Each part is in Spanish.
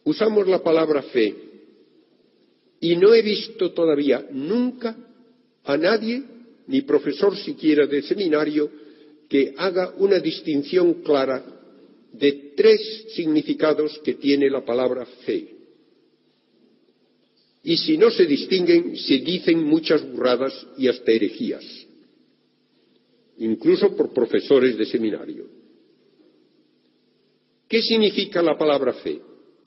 usamos la palabra fe y no he visto todavía nunca a nadie, ni profesor siquiera de seminario, que haga una distinción clara de tres significados que tiene la palabra fe. Y si no se distinguen, se dicen muchas burradas y hasta herejías, incluso por profesores de seminario. ¿Qué significa la palabra fe?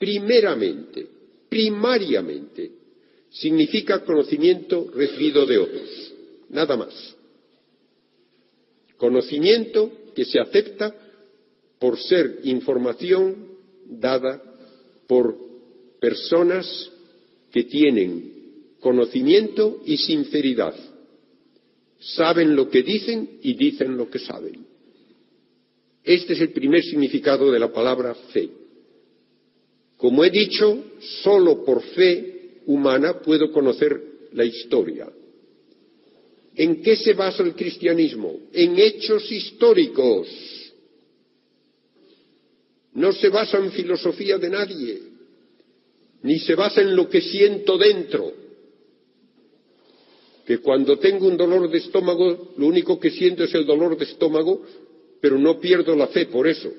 Primariamente, significa conocimiento recibido de otros, nada más. Conocimiento que se acepta por ser información dada por personas que tienen conocimiento y sinceridad. Saben lo que dicen y dicen lo que saben. Este es el primer significado de la palabra fe. Como he dicho, solo por fe humana puedo conocer la historia. ¿En qué se basa el cristianismo? En hechos históricos. No se basa en filosofía de nadie, ni se basa en lo que siento dentro. Que cuando tengo un dolor de estómago, lo único que siento es el dolor de estómago, pero no pierdo la fe por eso.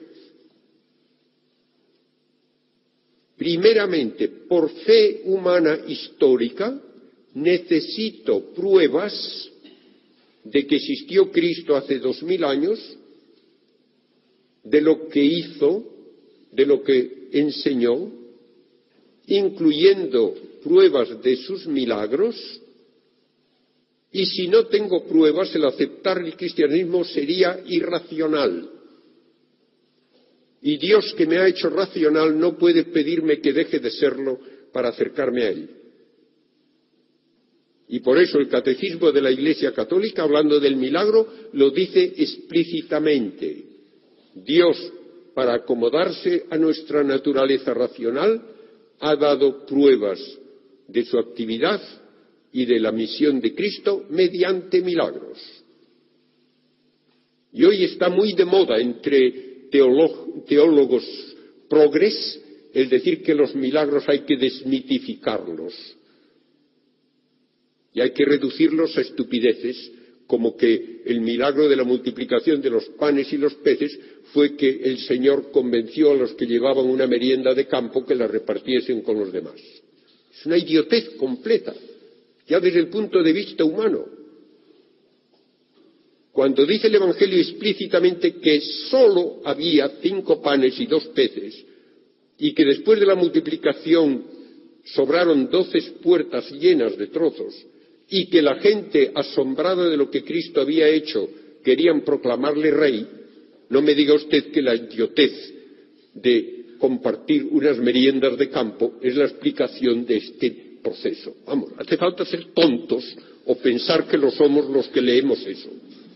Primeramente, por fe humana histórica, necesito pruebas de que existió Cristo hace 2000 años, de lo que hizo, de lo que enseñó, incluyendo pruebas de sus milagros, y si no tengo pruebas, el aceptar el cristianismo sería irracional. Y Dios, que me ha hecho racional, no puede pedirme que deje de serlo para acercarme a Él. Y por eso el Catecismo de la Iglesia Católica, hablando del milagro, lo dice explícitamente. Dios, para acomodarse a nuestra naturaleza racional, ha dado pruebas de su actividad y de la misión de Cristo mediante milagros. Y hoy está muy de moda entre teólogos progres el decir que los milagros hay que desmitificarlos y hay que reducirlos a estupideces, como que el milagro de la multiplicación de los panes y los peces fue que el Señor convenció a los que llevaban una merienda de campo que la repartiesen con los demás. Es una idiotez completa, ya desde el punto de vista humano. Cuando dice el Evangelio explícitamente que sólo había 5 panes y 2 peces, y que después de la multiplicación sobraron 12 puertas llenas de trozos, y que la gente, asombrada de lo que Cristo había hecho, querían proclamarle rey, no me diga usted que la idiotez de compartir unas meriendas de campo es la explicación de este proceso. Vamos, hace falta ser tontos o pensar que lo somos los que leemos eso.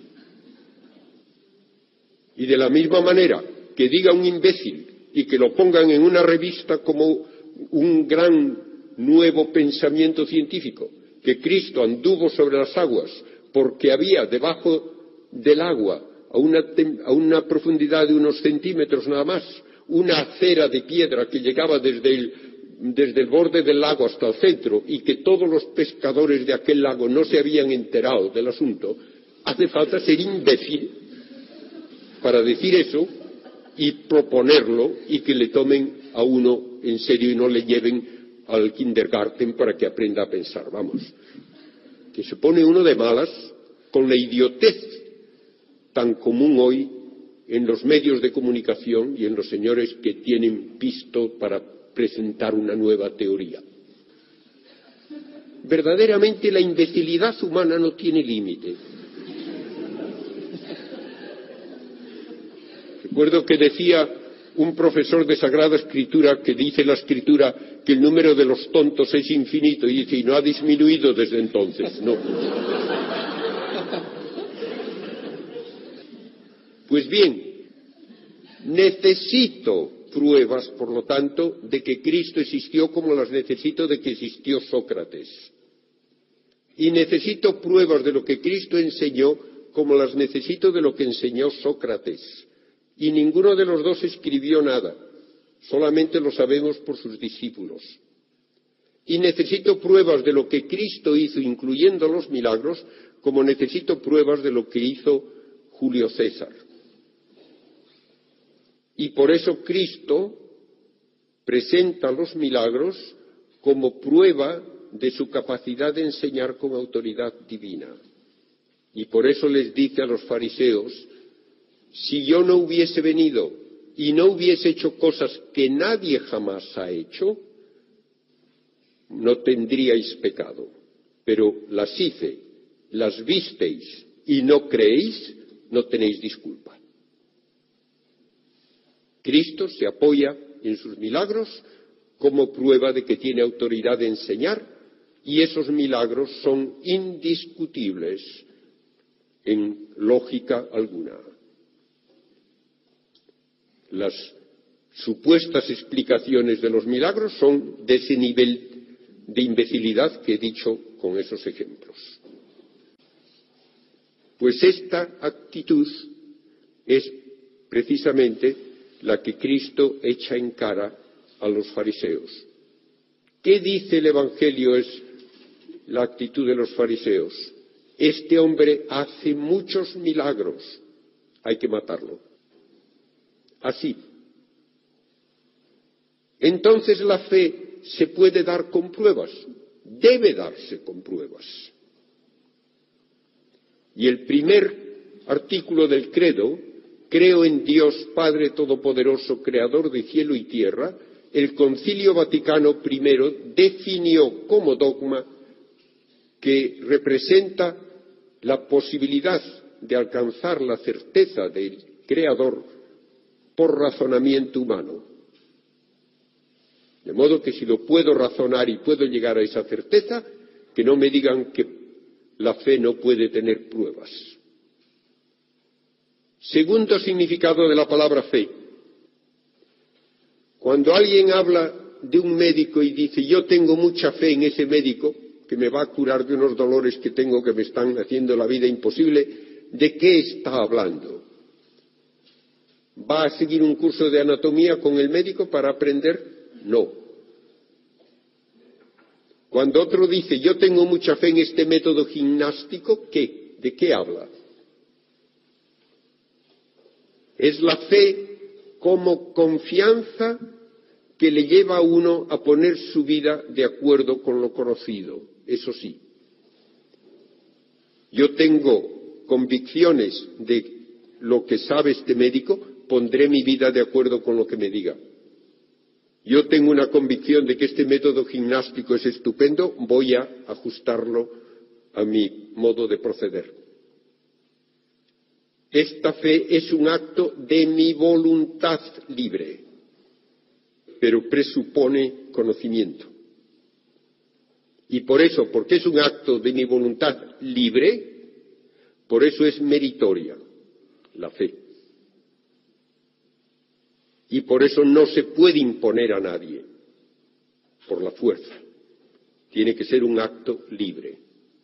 Y de la misma manera que diga un imbécil y que lo pongan en una revista como un gran nuevo pensamiento científico, que Cristo anduvo sobre las aguas porque había debajo del agua, a una profundidad de unos centímetros nada más, una acera de piedra que llegaba desde el borde del lago hasta el centro, y que todos los pescadores de aquel lago no se habían enterado del asunto. Hace falta ser imbécil para decir eso y proponerlo, y que le tomen a uno en serio y no le lleven al kindergarten para que aprenda a pensar. Vamos, que se pone uno de malas con la idiotez tan común hoy en los medios de comunicación y en los señores que tienen pisto para presentar una nueva teoría. Verdaderamente la imbecilidad humana no tiene límite. Recuerdo que decía un profesor de Sagrada Escritura, que dice la Escritura que el número de los tontos es infinito, y dice, y no ha disminuido desde entonces. No. Pues bien, necesito pruebas, por lo tanto, de que Cristo existió como las necesito de que existió Sócrates. Y necesito pruebas de lo que Cristo enseñó como las necesito de lo que enseñó Sócrates. Y ninguno de los dos escribió nada. solamente lo sabemos por sus discípulos. Y necesito pruebas de lo que Cristo hizo, incluyendo los milagros, como necesito pruebas de lo que hizo Julio César. Y por eso Cristo presenta los milagros como prueba de su capacidad de enseñar con autoridad divina. Y por eso les dice a los fariseos: si yo no hubiese venido y no hubiese hecho cosas que nadie jamás ha hecho, no tendríais pecado. Pero las hice, las visteis y no creéis, no tenéis disculpa. Cristo se apoya en sus milagros como prueba de que tiene autoridad de enseñar, y esos milagros son indiscutibles en lógica alguna. Las supuestas explicaciones de los milagros son de ese nivel de imbecilidad que he dicho con esos ejemplos. Pues esta actitud es precisamente la que Cristo echa en cara a los fariseos. ¿Qué dice el Evangelio es la actitud de los fariseos? Este hombre hace muchos milagros, hay que matarlo. Así. Entonces la fe se puede dar con pruebas, debe darse con pruebas. Y el primer artículo del credo: creo en Dios Padre Todopoderoso, Creador de cielo y tierra. El Concilio Vaticano I definió como dogma que representa la posibilidad de alcanzar la certeza del Creador por razonamiento humano. De modo que si lo puedo razonar y puedo llegar a esa certeza, que no me digan que la fe no puede tener pruebas. Segundo significado de la palabra fe. Cuando alguien habla de un médico y dice: yo tengo mucha fe en ese médico, que me va a curar de unos dolores que tengo que me están haciendo la vida imposible, ¿de qué está hablando? ¿Va a seguir un curso de anatomía con el médico para aprender? No. Cuando otro dice: yo tengo mucha fe en este método gimnástico, ¿qué? ¿De qué habla? Es la fe como confianza que le lleva a uno a poner su vida de acuerdo con lo conocido. Eso sí. Yo tengo convicciones de lo que sabe este médico, pondré mi vida de acuerdo con lo que me diga. Yo tengo una convicción de que este método gimnástico es estupendo, voy a ajustarlo a mi modo de proceder. Esta fe es un acto de mi voluntad libre, pero presupone conocimiento. Y por eso, porque es un acto de mi voluntad libre, por eso es meritoria la fe. Y por eso no se puede imponer a nadie por la fuerza. Tiene que ser un acto libre.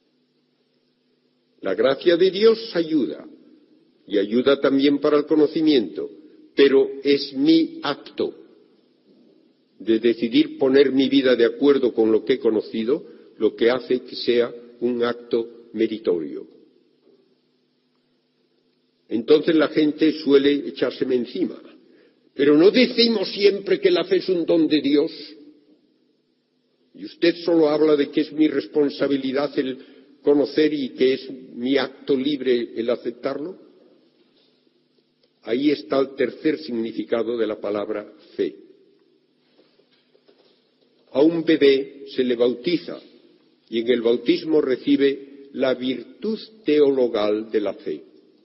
La gracia de Dios ayuda, y ayuda también para el conocimiento, pero es mi acto de decidir poner mi vida de acuerdo con lo que he conocido, lo que hace que sea un acto meritorio. Entonces la gente suele echárseme encima. Pero no decimos siempre que la fe es un don de Dios. Y usted solo habla de que es mi responsabilidad el conocer y que es mi acto libre el aceptarlo. Ahí está el tercer significado de la palabra fe. A un bebé se le bautiza y en el bautismo recibe la virtud teologal de la fe.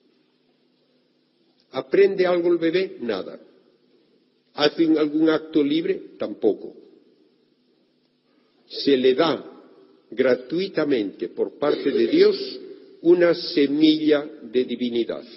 ¿Aprende algo el bebé? Nada. ¿Hace algún acto libre? Tampoco. Se le da gratuitamente por parte de Dios una semilla de divinidad,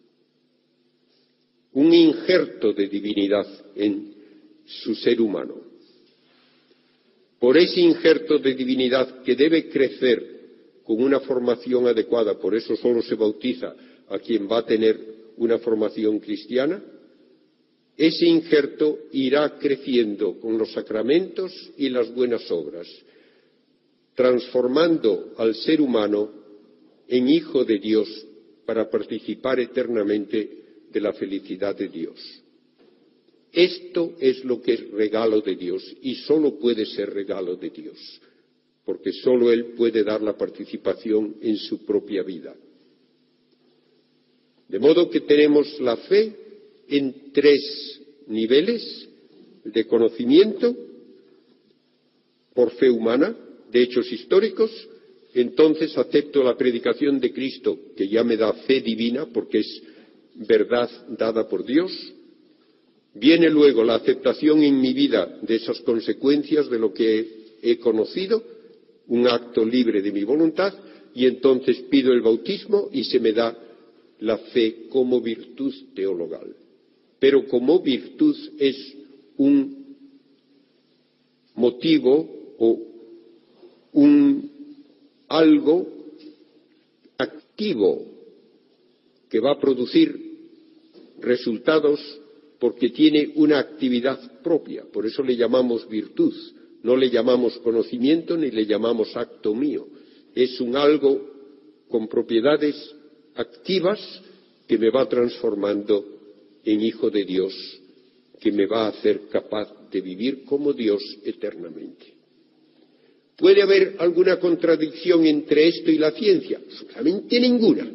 un injerto de divinidad en su ser humano. Por ese injerto de divinidad que debe crecer con una formación adecuada, por eso solo se bautiza a quien va a tener una formación cristiana, ese injerto irá creciendo con los sacramentos y las buenas obras, transformando al ser humano en hijo de Dios para participar eternamente de la felicidad de Dios. Esto es lo que es regalo de Dios y solo puede ser regalo de Dios, porque solo Él puede dar la participación en su propia vida. De modo que tenemos la fe en 3 niveles: de conocimiento, por fe humana, de hechos históricos. Entonces acepto la predicación de Cristo, que ya me da fe divina, porque es verdad dada por Dios. Viene luego la aceptación en mi vida de esas consecuencias de lo que he conocido, un acto libre de mi voluntad, y entonces pido el bautismo y se me da la fe como virtud teologal. Pero como virtud es un motivo o algo activo que va a producir resultados porque tiene una actividad propia. Por eso le llamamos virtud. No le llamamos conocimiento ni le llamamos acto mío. Es un algo con propiedades activas que me va transformando en hijo de Dios, que me va a hacer capaz de vivir como Dios eternamente. ¿Puede haber alguna contradicción entre esto y la ciencia? Absolutamente ninguna.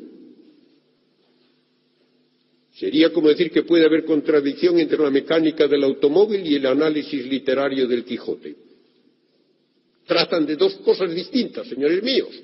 Sería como decir que puede haber contradicción entre la mecánica del automóvil y el análisis literario del Quijote. Tratan de 2 cosas distintas, señores míos.